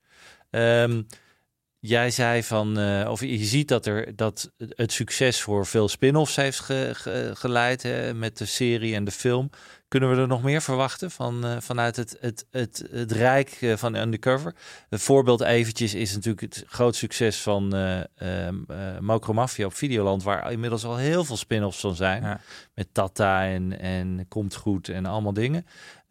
Um, Jij zei van, uh, of je ziet dat er dat het succes voor veel spin-offs heeft ge, ge, geleid hè, met de serie en de film. Kunnen we er nog meer verwachten van, uh, vanuit het, het, het, het rijk uh, van Undercover? Een voorbeeld eventjes is natuurlijk het groot succes van uh, uh, uh, Mokro Mafia op Videoland, waar inmiddels al heel veel spin-offs van zijn. Ja. Met Tata en, en Komt Goed en allemaal dingen.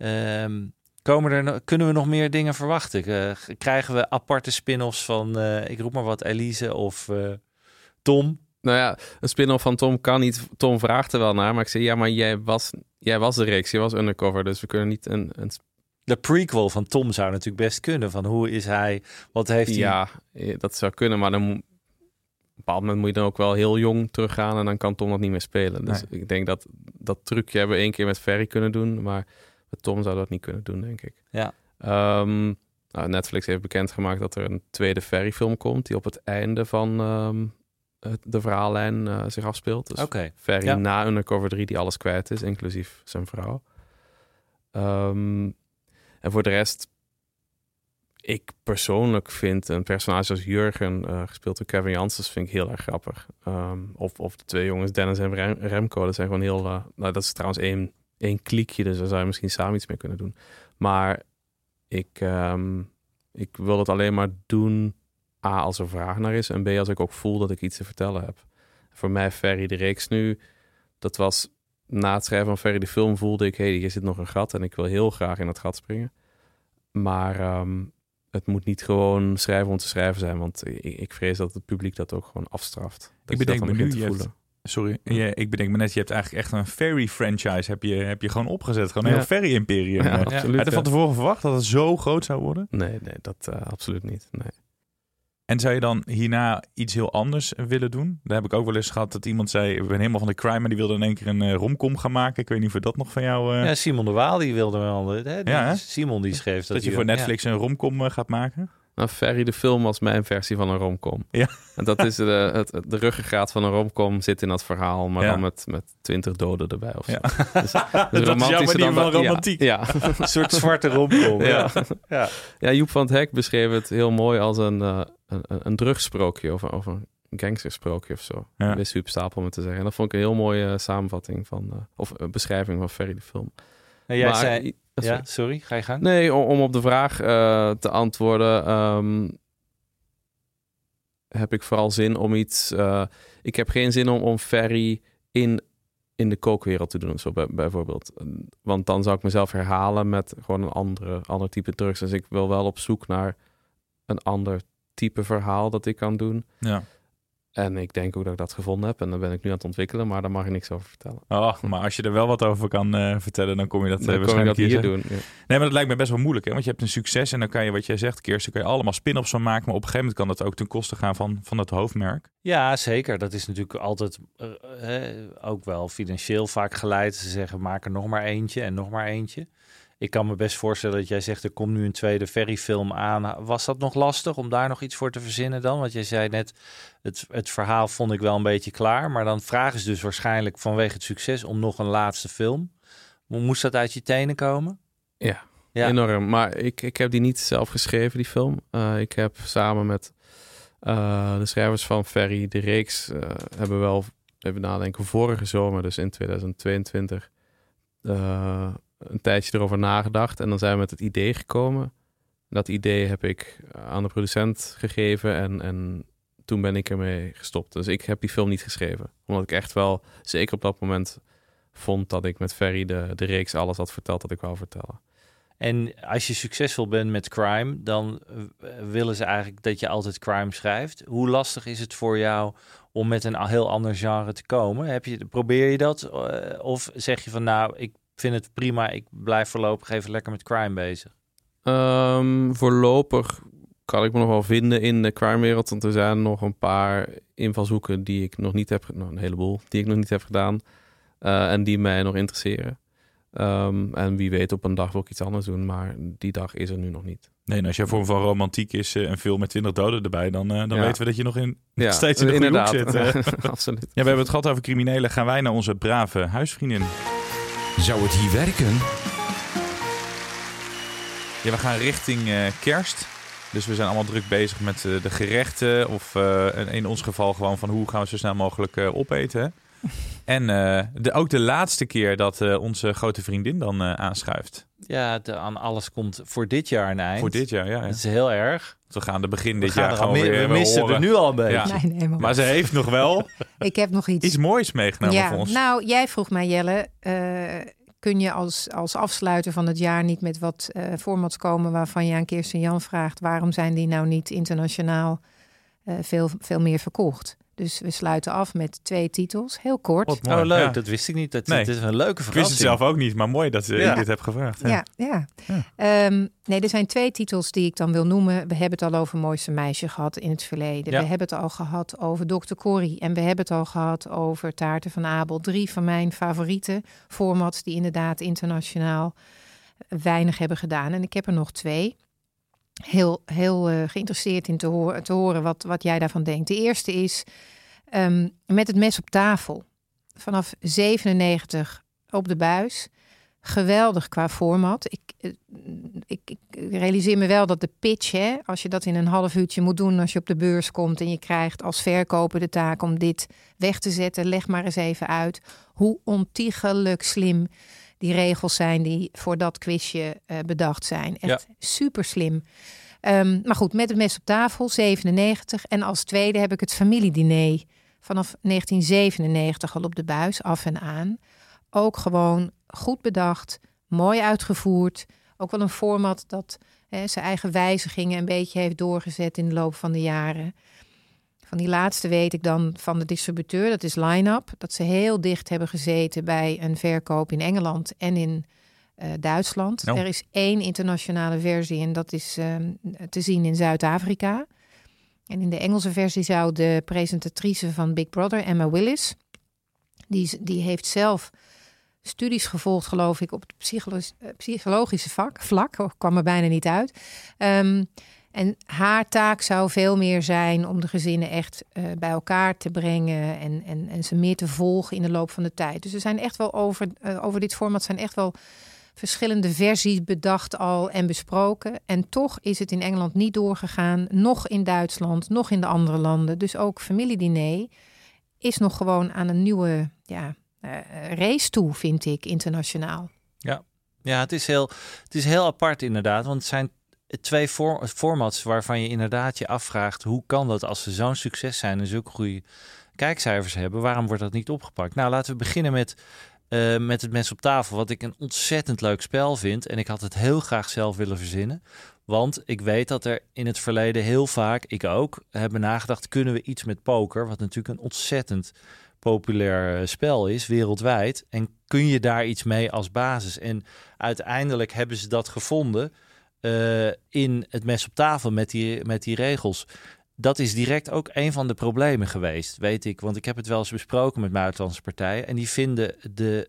Um, Komen er, kunnen we nog meer dingen verwachten? Uh, krijgen we aparte spin-offs van, uh, ik roep maar wat, Elise of uh, Tom? Nou ja, een spin-off van Tom kan niet. Tom vraagt er wel naar, maar ik zeg, ja, maar jij was, jij was de reeks, je was Undercover, dus we kunnen niet een... een... De prequel van Tom zou natuurlijk best kunnen, van hoe is hij, wat heeft hij... Ja, dat zou kunnen, maar dan... Op een bepaald moment moet je dan ook wel heel jong teruggaan en dan kan Tom dat niet meer spelen. Dus nee. ik denk dat dat trucje hebben we één keer met Ferry kunnen doen, maar... Tom zou dat niet kunnen doen, denk ik. Ja. Um, nou, Netflix heeft bekendgemaakt dat er een tweede Ferry-film komt... die op het einde van um, de verhaallijn uh, zich afspeelt. Dus okay. Ferry ja. na Undercover drie die alles kwijt is, inclusief zijn vrouw. Um, en voor de rest... Ik persoonlijk vind een personage als Jurgen, uh, gespeeld door Kevin Janssens, vind ik heel erg grappig. Um, of, of de twee jongens, Dennis en Rem- Remco, dat zijn gewoon heel... Uh, nou, dat is trouwens één... één kliekje, dus daar zou je misschien samen iets mee kunnen doen. Maar ik, um, ik wil het alleen maar doen, A, als er vraag naar is, en B, als ik ook voel dat ik iets te vertellen heb. Voor mij, Ferry de reeks nu, dat was na het schrijven van Ferry de film, voelde ik, hé, hey, hier zit nog een gat en ik wil heel graag in dat gat springen. Maar um, het moet niet gewoon schrijven om te schrijven zijn, want ik, ik vrees dat het publiek dat ook gewoon afstraft. Dat ik bedenk me nu, te je voelen. Hebt... Sorry, je, ik bedenk me net, je hebt eigenlijk echt een Ferry-franchise heb je, heb je gewoon opgezet. Gewoon een ja. heel Ferry-imperium. Ja, absoluut. Had je ja. van tevoren verwacht dat het zo groot zou worden? Nee, nee, dat uh, absoluut niet. Nee. En zou je dan hierna iets heel anders willen doen? Daar heb ik ook wel eens gehad dat iemand zei, ik ben helemaal van de crime, maar die wilde in één keer een uh, romcom gaan maken. Ik weet niet of we dat nog van jou... Uh... Ja, Simon de Waal, die wilde wel... Hè? Die, ja, hè? Simon die schreef dat... Dat je die, voor Netflix ja. een romcom uh, gaat maken? Nou, Ferry de film was mijn versie van een romcom. Ja. En dat is de, het, de ruggengraat van een romcom zit in dat verhaal, maar ja. dan met, met twintig doden erbij of zo. Ja. Dus, dus dat is jouw manier van romantiek. Ja. ja. Een soort zwarte romcom. Ja. Ja. Ja. ja, Joep van het Hek beschreef het heel mooi als een, uh, een, een drugsprookje of, of een gangstersprookje of zo. Ja. Wist Huub Stapel me te zeggen. En dat vond ik een heel mooie uh, samenvatting van, uh, of uh, beschrijving van Ferry de film. En jij maar, zei... uh, ja, sorry, ga je gang? Nee, om, om op de vraag uh, te antwoorden... Um, heb ik vooral zin om iets... Uh, ik heb geen zin om, om Ferry in, in de kookwereld te doen, zo bij, bijvoorbeeld. Want dan zou ik mezelf herhalen met gewoon een andere, ander type drugs. Dus ik wil wel op zoek naar een ander type verhaal dat ik kan doen. Ja. En ik denk ook dat ik dat gevonden heb. En dan ben ik nu aan het ontwikkelen, maar daar mag ik niks over vertellen. Oh, maar als je er wel wat over kan uh, vertellen, dan kom je dat dan uh, waarschijnlijk kom je dat hier, hier doen. Ja. Nee, maar dat lijkt me best wel moeilijk, hè? Want je hebt een succes en dan kan je, wat jij zegt, Kirsten, kan je allemaal spin-offs van maken. Maar op een gegeven moment kan dat ook ten koste gaan van, van het hoofdmerk. Ja, zeker. Dat is natuurlijk altijd uh, uh, ook wel financieel vaak geleid. Ze zeggen, maak er nog maar eentje en nog maar eentje. Ik kan me best voorstellen dat jij zegt, er komt nu een tweede Ferry-film aan. Was dat nog lastig om daar nog iets voor te verzinnen dan? Want jij zei net, het, het verhaal vond ik wel een beetje klaar. Maar dan vragen ze dus waarschijnlijk vanwege het succes om nog een laatste film. Moest dat uit je tenen komen? Ja, ja. enorm. Maar ik, ik heb die niet zelf geschreven, die film. Uh, ik heb samen met uh, de schrijvers van Ferry, de reeks, uh, hebben wel, even nadenken, vorige zomer, dus in tweeduizend tweeëntwintig... Uh, een tijdje erover nagedacht. En dan zijn we met het idee gekomen. Dat idee heb ik aan de producent gegeven en, en toen ben ik ermee gestopt. Dus ik heb die film niet geschreven. Omdat ik echt wel, zeker op dat moment, vond dat ik met Ferry de, de reeks alles had verteld dat ik wou vertellen. En als je succesvol bent met crime, dan uh, willen ze eigenlijk dat je altijd crime schrijft. Hoe lastig is het voor jou om met een heel ander genre te komen? Heb je, probeer je dat? Uh, of zeg je van nou, ik vind het prima, ik blijf voorlopig even lekker met crime bezig? Um, voorlopig kan ik me nog wel vinden in de crime-wereld. Want er zijn nog een paar invalshoeken die ik nog niet heb... Nou, een heleboel die ik nog niet heb gedaan. Uh, en die mij nog interesseren. Um, en wie weet op een dag wil ik iets anders doen. Maar die dag is er nu nog niet. Nee, en als je vorm van romantiek is uh, een film met twintig doden erbij... dan, uh, dan ja. weten we dat je nog, in, nog ja, steeds in de goede hoek zit. Uh. Absoluut. Ja, we hebben het gehad over criminelen. Gaan wij naar onze brave huisvriendin. Zou het hier werken? Ja, we gaan richting uh, kerst. Dus we zijn allemaal druk bezig met uh, de gerechten. Of uh, in ons geval gewoon van hoe gaan we zo snel mogelijk uh, opeten. En uh, de, ook de laatste keer dat uh, onze grote vriendin dan uh, aanschuift. Ja, de, aan alles komt voor dit jaar een eind. Voor dit jaar, ja. ja. Dat is heel erg. We gaan de begin dit we jaar gewoon mi- weer We missen horen. er nu al een beetje. Ja. Nee, nee, maar maar ze heeft nog wel ik heb nog iets, iets moois meegenomen ja, voor ons. Nou, jij vroeg mij, Jelle... Uh, kun je als, als afsluiter van het jaar niet met wat uh, formats komen... waarvan je aan Kirsten Jan vraagt... waarom zijn die nou niet internationaal uh, veel, veel meer verkocht? Dus we sluiten af met twee titels. Heel kort. Oh, mooi. Oh, leuk. Ja. Dat wist ik niet. Dat, nee. dat is een leuke verrassing. Ik wist het zelf ook niet, maar mooi dat uh, ja. ik dit heb gevraagd. Ja, ja. ja. ja. Um, nee, er zijn twee titels die ik dan wil noemen. We hebben het al over Mooiste Meisje gehad in het verleden. Ja. We hebben het al gehad over dokter Corrie. En we hebben het al gehad over Taarten van Abel. Drie van mijn favoriete formats die inderdaad internationaal weinig hebben gedaan. En ik heb er nog twee. Heel, heel uh, geïnteresseerd in te, horen, te horen wat, wat jij daarvan denkt. De eerste is um, Met het mes op tafel. Vanaf zevenennegentig op de buis. Geweldig qua format. Ik, ik, ik realiseer me wel dat de pitch, hè, als je dat in een half uurtje moet doen... als je op de beurs komt en je krijgt als verkoper de taak om dit weg te zetten... leg maar eens even uit hoe ontiegelijk slim... die regels zijn die voor dat quizje uh, bedacht zijn. Echt ja. super slim. Um, maar goed, Met het mes op tafel, zevenennegentig. En als tweede heb ik het familiediner vanaf negentien zevenennegentig al op de buis, af en aan. Ook gewoon goed bedacht, mooi uitgevoerd. Ook wel een format dat hè, zijn eigen wijzigingen een beetje heeft doorgezet in de loop van de jaren. Van die laatste weet ik dan van de distributeur, dat is Line-Up. Dat ze heel dicht hebben gezeten bij een verkoop in Engeland en in uh, Duitsland. No. Er is één internationale versie en dat is uh, te zien in Zuid-Afrika. En in de Engelse versie zou de presentatrice van Big Brother, Emma Willis... die, die heeft zelf studies gevolgd, geloof ik, op het psycholo- psychologische vak, vlak. Oh, kwam er bijna niet uit. Um, En haar taak zou veel meer zijn om de gezinnen echt uh, bij elkaar te brengen en, en, en ze meer te volgen in de loop van de tijd. Dus er zijn echt wel over, uh, over dit format zijn echt wel verschillende versies bedacht al en besproken. En toch is het in Engeland niet doorgegaan, nog in Duitsland, nog in de andere landen. Dus ook familiediner is nog gewoon aan een nieuwe ja, uh, race toe, vind ik, internationaal. Ja, ja het, is heel, het is heel apart inderdaad, want het zijn twee for- formats waarvan je inderdaad je afvraagt... hoe kan dat als ze zo'n succes zijn en zulke goede kijkcijfers hebben... waarom wordt dat niet opgepakt? Nou, laten we beginnen met, uh, met het mes op tafel... wat ik een ontzettend leuk spel vind. En ik had het heel graag zelf willen verzinnen. Want ik weet dat er in het verleden heel vaak, ik ook... hebben nagedacht, kunnen we iets met poker... wat natuurlijk een ontzettend populair spel is, wereldwijd... en kun je daar iets mee als basis? En uiteindelijk hebben ze dat gevonden... Uh, in het mes op tafel met die, met die regels. Dat is direct ook een van de problemen geweest, weet ik. Want ik heb het wel eens besproken met buitenlandse partijen. En die vinden de,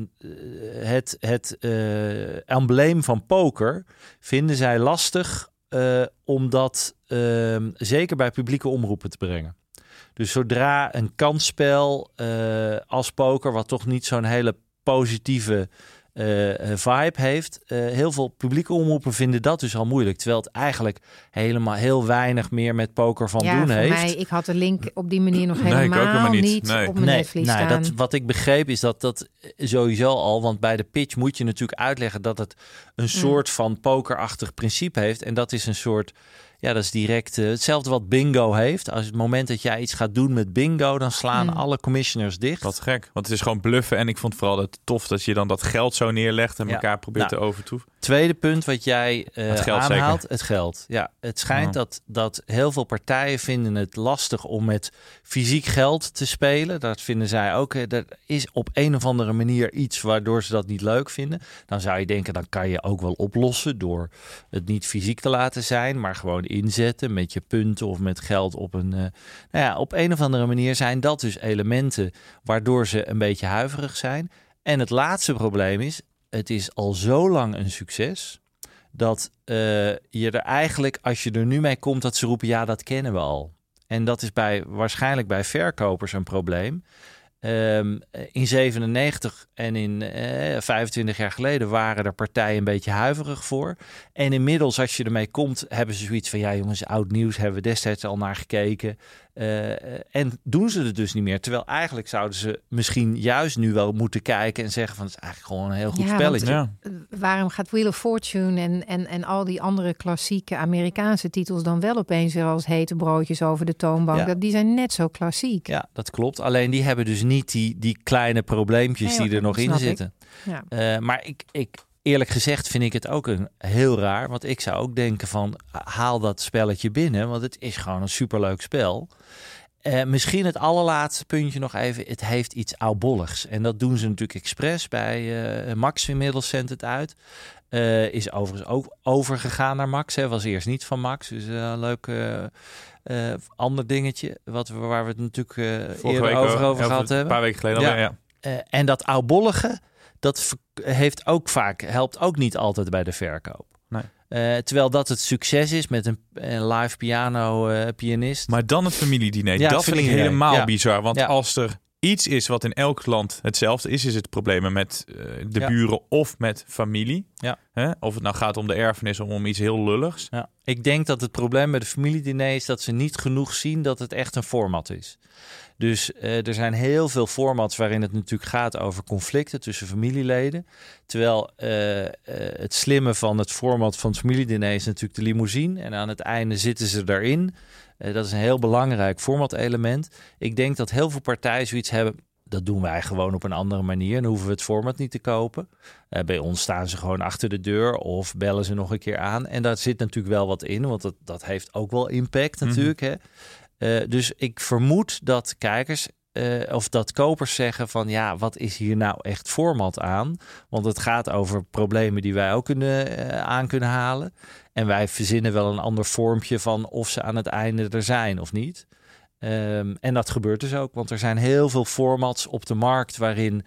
uh, het, het uh, embleem van poker... vinden zij lastig uh, om dat uh, zeker bij publieke omroepen te brengen. Dus zodra een kansspel uh, als poker... wat toch niet zo'n hele positieve... uh, vibe heeft. Uh, heel veel publieke omroepen vinden dat dus al moeilijk. Terwijl het eigenlijk helemaal heel weinig meer met poker van ja, doen voor heeft. Mij, ik had de link op die manier nog nee, helemaal niet, niet nee. op mijn nee, netvlies nou, staan. Dat, wat ik begreep is dat dat sowieso al... want bij de pitch moet je natuurlijk uitleggen dat het een soort mm. van pokerachtig principe heeft. En dat is een soort... Ja, dat is direct uh, hetzelfde wat bingo heeft. Als het moment dat jij iets gaat doen met bingo, dan slaan mm. alle commissioners dicht. Wat gek, want het is gewoon bluffen. En ik vond vooral het tof dat je dan dat geld zo neerlegt en ja. elkaar probeert nou, te overtroeven. Tweede punt wat jij uh, het geld aanhaalt, zeker. het geld. Ja, het schijnt oh. dat, dat heel veel partijen vinden het lastig om met fysiek geld te spelen. Dat vinden zij ook. Er is op een of andere manier iets waardoor ze dat niet leuk vinden. Dan zou je denken, dan kan je ook wel oplossen door het niet fysiek te laten zijn, maar gewoon inzetten met je punten of met geld op een... Uh, nou ja, op een of andere manier zijn dat dus elementen waardoor ze een beetje huiverig zijn. En het laatste probleem is, het is al zo lang een succes dat uh, je er eigenlijk, als je er nu mee komt, dat ze roepen, ja, dat kennen we al. En dat is bij waarschijnlijk bij verkopers een probleem. Um, in zevenennegentig en in uh, vijfentwintig jaar geleden waren er partijen een beetje huiverig voor. En inmiddels, als je ermee komt, hebben ze zoiets van... ja jongens, oud nieuws, hebben we destijds al naar gekeken. Uh, en doen ze het dus niet meer. Terwijl eigenlijk zouden ze misschien juist nu wel moeten kijken... en zeggen van, het is eigenlijk gewoon een heel goed ja, spelletje. Want, ja. Waarom gaat Wheel of Fortune en, en, en al die andere klassieke Amerikaanse titels... dan wel opeens weer als hete broodjes over de toonbank? Ja. Die zijn net zo klassiek. Ja, dat klopt. Alleen die hebben dus niet die, die kleine probleempjes nee, die er nog in zitten. Ja. Uh, maar ik... ik Eerlijk gezegd vind ik het ook een heel raar. Want ik zou ook denken van, haal dat spelletje binnen. Want het is gewoon een superleuk spel. Uh, misschien het allerlaatste puntje nog even. Het heeft iets oudbolligs. En dat doen ze natuurlijk expres. Bij uh, Max inmiddels zendt het uit. Uh, is overigens ook overgegaan naar Max. Hè. Was eerst niet van Max. Dus een uh, leuk uh, uh, ander dingetje. Wat we, waar we het natuurlijk uh, eerder week over, over gehad hebben. Een paar weken geleden ja. al, ja. Uh, en dat oudbollige... dat heeft ook vaak, helpt ook niet altijd bij de verkoop. Nee. Uh, terwijl dat het succes is met een, een live piano uh, pianist. Maar dan het familiediner. Ja, dat vind ik helemaal ja. bizar. Want ja. als er iets is wat in elk land hetzelfde is, is het problemen met uh, de ja. buren of met familie. Ja. Hè? Of het nou gaat om de erfenis of om iets heel lulligs. Ja. Ik denk dat het probleem bij de familiediner is dat ze niet genoeg zien dat het echt een format is. Dus uh, er zijn heel veel formats waarin het natuurlijk gaat over conflicten tussen familieleden. Terwijl uh, uh, het slimme van het format van het familiediner is natuurlijk de limousine. En aan het einde zitten ze daarin. Uh, dat is een heel belangrijk formatelement. Ik denk dat heel veel partijen zoiets hebben. Dat doen wij gewoon op een andere manier. Dan hoeven we het format niet te kopen. Uh, bij ons staan ze gewoon achter de deur of bellen ze nog een keer aan. En daar zit natuurlijk wel wat in, want dat, dat heeft ook wel impact natuurlijk, mm-hmm. hè. Uh, dus ik vermoed dat kijkers uh, of dat kopers zeggen van ja, wat is hier nou echt format aan? Want het gaat over problemen die wij ook kunnen, uh, aan kunnen halen. En wij verzinnen wel een ander vormpje van of ze aan het einde er zijn of niet. Um, en dat gebeurt dus ook, want er zijn heel veel formats op de markt waarin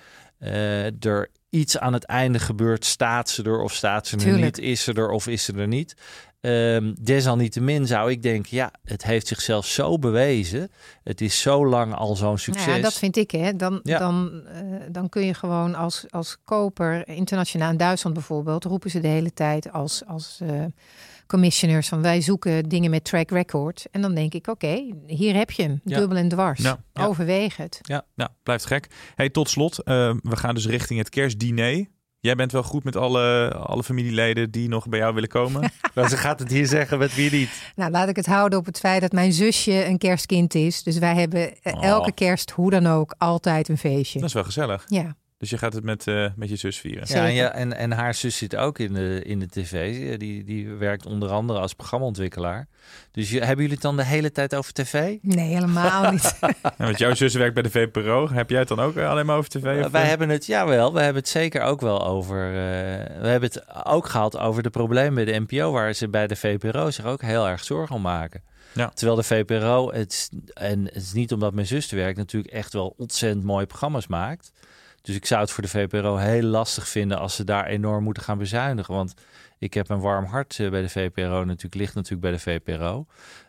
uh, er iets aan het einde gebeurt. Staat ze er of staat ze er Tuurlijk. niet? Is ze er of is ze er niet? Um, desalniettemin zou ik denken, ja, het heeft zichzelf zo bewezen. Het is zo lang al zo'n succes. Nou ja, dat vind ik, hè. Dan, ja. dan, uh, dan kun je gewoon als, als koper, internationaal in Duitsland bijvoorbeeld, roepen ze de hele tijd als, als uh, commissioners van wij zoeken dingen met track record. En dan denk ik, oké, okay, hier heb je hem, ja. dubbel en dwars. Ja. Ja. Overweeg het. Ja, ja, blijft gek. Hey, tot slot, uh, we gaan dus richting het kerstdiner. Jij bent wel goed met alle, alle familieleden die nog bij jou willen komen. Maar ze gaat het hier zeggen met wie niet. Nou, laat ik het houden op het feit dat mijn zusje een kerstkind is. Dus wij hebben oh. elke kerst, hoe dan ook, altijd een feestje. Dat is wel gezellig. Ja. Dus je gaat het met, uh, met je zus vieren. Ja, en, ja en, en haar zus zit ook in de, in de tv. Die, die werkt onder andere als programmaontwikkelaar. Dus je, hebben jullie het dan de hele tijd over tv? Nee, helemaal niet. Ja, want jouw zus werkt bij de V P R O. Heb jij het dan ook alleen maar over tv? Uh, of wij hebben het, jawel, we hebben het zeker ook wel over... Uh, we hebben het ook gehad over de problemen bij de N P O... waar ze bij de V P R O zich ook heel erg zorgen om maken. Ja. Terwijl de V P R O, het is, en het is niet omdat mijn zus te werkt... natuurlijk echt wel ontzettend mooie programma's maakt... Dus ik zou het voor de V P R O heel lastig vinden als ze daar enorm moeten gaan bezuinigen. Want ik heb een warm hart bij de V P R O natuurlijk, ligt natuurlijk bij de V P R O.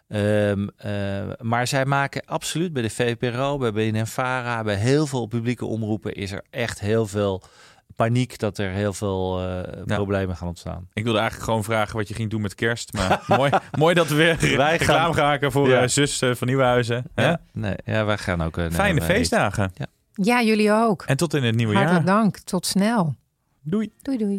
Um, uh, maar zij maken absoluut bij de V P R O, bij B N N-Vara, bij heel veel publieke omroepen is er echt heel veel paniek dat er heel veel uh, ja. problemen gaan ontstaan. Ik wilde eigenlijk gewoon vragen wat je ging doen met kerst. Maar mooi, mooi dat we weer wij reclame gaan maken voor ja. uh, zus uh, van Nieuwenhuizen. Ja, nee, ja, wij gaan ook... Uh, Fijne nee, feestdagen. Ja. ja, jullie ook. En tot in het nieuwe Hartelijk jaar. Hartelijk dank. Tot snel. Doei. Doei, doei.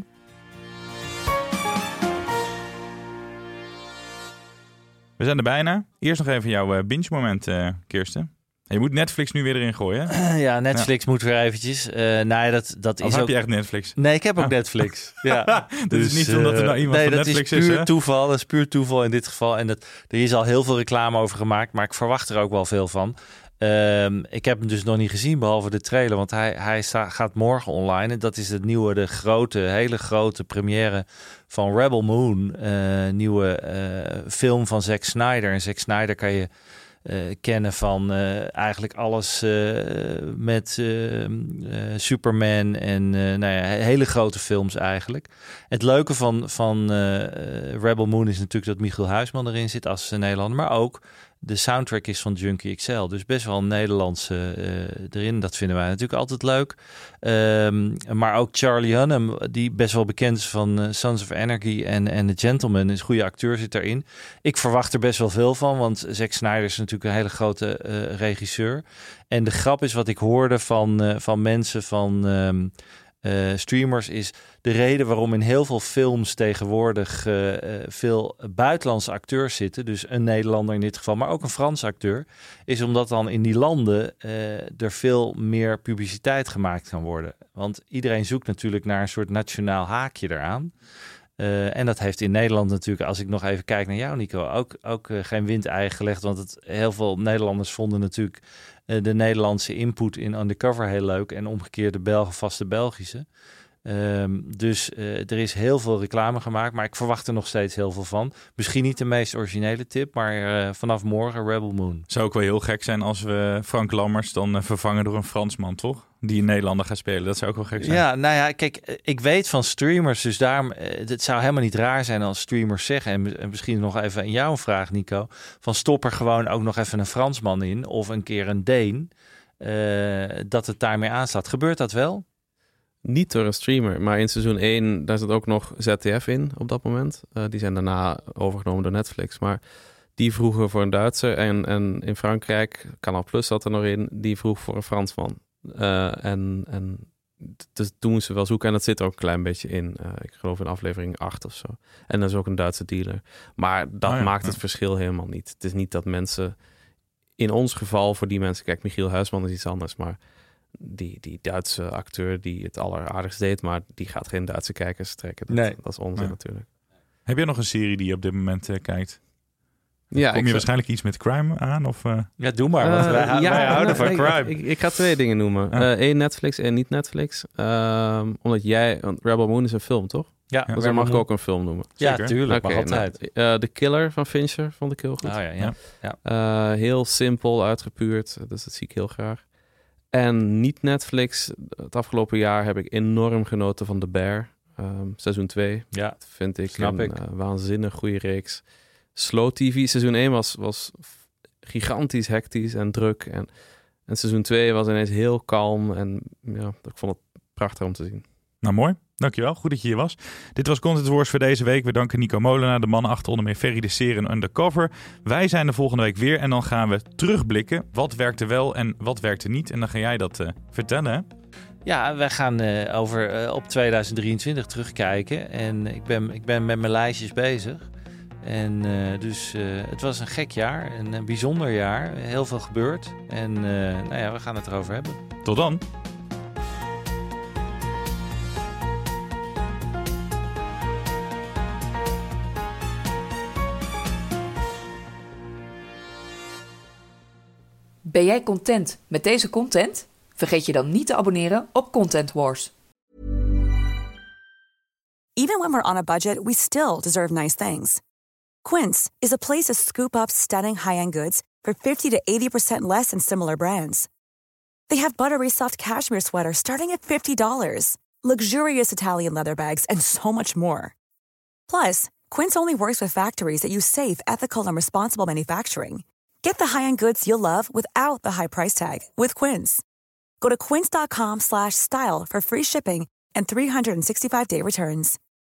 We zijn er bijna. Eerst nog even jouw uh, binge moment, uh, Kirsten. Je moet Netflix nu weer erin gooien. Uh, ja, Netflix ja. moet weer eventjes. Uh, nou ja, dat, dat of is heb ook... je echt Netflix? Nee, ik heb ook ah. Netflix. Ja. dat dus, is niet omdat er nou iemand nee, van dat Netflix is. puur is, hè? toeval. Dat is puur toeval in dit geval. En dat, er is al heel veel reclame over gemaakt, maar ik verwacht er ook wel veel van. Um, ik heb hem dus nog niet gezien, behalve de trailer. Want hij, hij sta, gaat morgen online. En dat is het nieuwe, de grote, hele grote première van Rebel Moon. Uh, nieuwe uh, film van Zack Snyder. En Zack Snyder kan je uh, kennen van uh, eigenlijk alles uh, met uh, uh, Superman. En uh, nou ja, hele grote films eigenlijk. Het leuke van, van uh, Rebel Moon is natuurlijk dat Michiel Huisman erin zit als Nederlander. Maar ook... de soundtrack is van Junkie X L. Dus best wel een Nederlandse uh, erin. Dat vinden wij natuurlijk altijd leuk. Um, maar ook Charlie Hunnam, die best wel bekend is van uh, Sons of Anarchy en, en The Gentleman. Is een goede acteur, zit daarin. Ik verwacht er best wel veel van, want Zack Snyder is natuurlijk een hele grote uh, regisseur. En de grap is wat ik hoorde van, uh, van mensen van... Um, Uh, streamers is de reden waarom in heel veel films tegenwoordig uh, uh, veel buitenlandse acteurs zitten. Dus een Nederlander in dit geval, maar ook een Franse acteur. Is omdat dan in die landen uh, er veel meer publiciteit gemaakt kan worden. Want iedereen zoekt natuurlijk naar een soort nationaal haakje eraan. Uh, en dat heeft in Nederland natuurlijk, als ik nog even kijk naar jou Nico, ook, ook uh, geen windei gelegd. Want het, heel veel Nederlanders vonden natuurlijk uh, de Nederlandse input in Undercover heel leuk. En omgekeerd de Belgen vast de Belgische. Um, dus uh, er is heel veel reclame gemaakt, maar ik verwacht er nog steeds heel veel van. Misschien niet de meest originele tip, maar uh, vanaf morgen Rebel Moon. Zou ook wel heel gek zijn als we Frank Lammers dan uh, vervangen door een Fransman, toch? Die in Nederlander gaat spelen. Dat zou ook wel gek zijn. Ja, nou ja, kijk, ik weet van streamers, dus daarom, het zou helemaal niet raar zijn als streamers zeggen, en, en misschien nog even aan jou een vraag, Nico, van stop er gewoon ook nog even een Fransman in, of een keer een Deen, uh, dat het daarmee aanstaat. Gebeurt dat wel? Niet door een streamer, maar in seizoen één, daar zit ook nog Z D F in op dat moment. Uh, die zijn daarna overgenomen door Netflix, maar die vroegen voor een Duitser. En, en in Frankrijk, Canal Plus zat er nog in, die vroeg voor een Fransman. Uh, en, en dus toen moesten we wel zoeken en dat zit er ook een klein beetje in. Uh, ik geloof in aflevering acht of zo. En dat is ook een Duitse dealer. Maar dat oh ja, maakt het ja. verschil helemaal niet. Het is niet dat mensen, in ons geval, voor die mensen, kijk, Michiel Huisman is iets anders, maar die, die Duitse acteur die het alleraardigst deed, maar die gaat geen Duitse kijkers trekken. Dat, nee. dat is onzin ja. natuurlijk. Heb je nog een serie die je op dit moment uh, kijkt? Ja, Kom je ik waarschijnlijk iets met crime aan? Of, uh... Ja, doe maar, want uh, wij, ja, wij houden nou, van ik, crime. Ik, ik, ik ga twee dingen noemen. Eén uh, uh, Netflix en niet Netflix. Uh, omdat jij... Want Rebel Moon is een film, toch? Ja. Dus dan mag ik ook een film noemen. Ja, Zeker. tuurlijk. Okay, maar altijd. Nou, uh, The Killer van Fincher vond ik heel goed. Oh, ja, ja. ja. Uh, heel simpel, uitgepuurd. Dus dat zie ik heel graag. En niet Netflix. Het afgelopen jaar heb ik enorm genoten van The Bear. Um, seizoen twee. Ja, dat vind ik snap een ik. Uh, waanzinnig goede reeks. Slow T V. Seizoen één was, was gigantisch hectisch en druk. En, en seizoen twee was ineens heel kalm. En ja, ik vond het prachtig om te zien. Nou, mooi. Dankjewel. Goed dat je hier was. Dit was Content Wars voor deze week. We danken Nico Molenaar, de man achter onder meer Ferry de Seer en Undercover. Wij zijn er volgende week weer en dan gaan we terugblikken. Wat werkte wel en wat werkte niet? En dan ga jij dat uh, vertellen, hè? Ja, wij gaan uh, over, uh, op tweeduizend drieëntwintig terugkijken. En ik ben, ik ben met mijn lijstjes bezig. En uh, dus uh, het was een gek jaar, een, een bijzonder jaar. Heel veel gebeurd. En uh, nou ja, we gaan het erover hebben. Tot dan. Ben jij content met deze content? Vergeet je dan niet te abonneren op Content Wars. Even when we're on a budget, we still deserve nice things. Quince is a place to scoop up stunning high-end goods for fifty to eighty percent less than similar brands. They have buttery soft cashmere sweaters starting at fifty dollars, luxurious Italian leather bags, and so much more. Plus, Quince only works with factories that use safe, ethical, and responsible manufacturing. Get the high-end goods you'll love without the high price tag with Quince. Go to quince.com slash style for free shipping and three sixty-five day returns.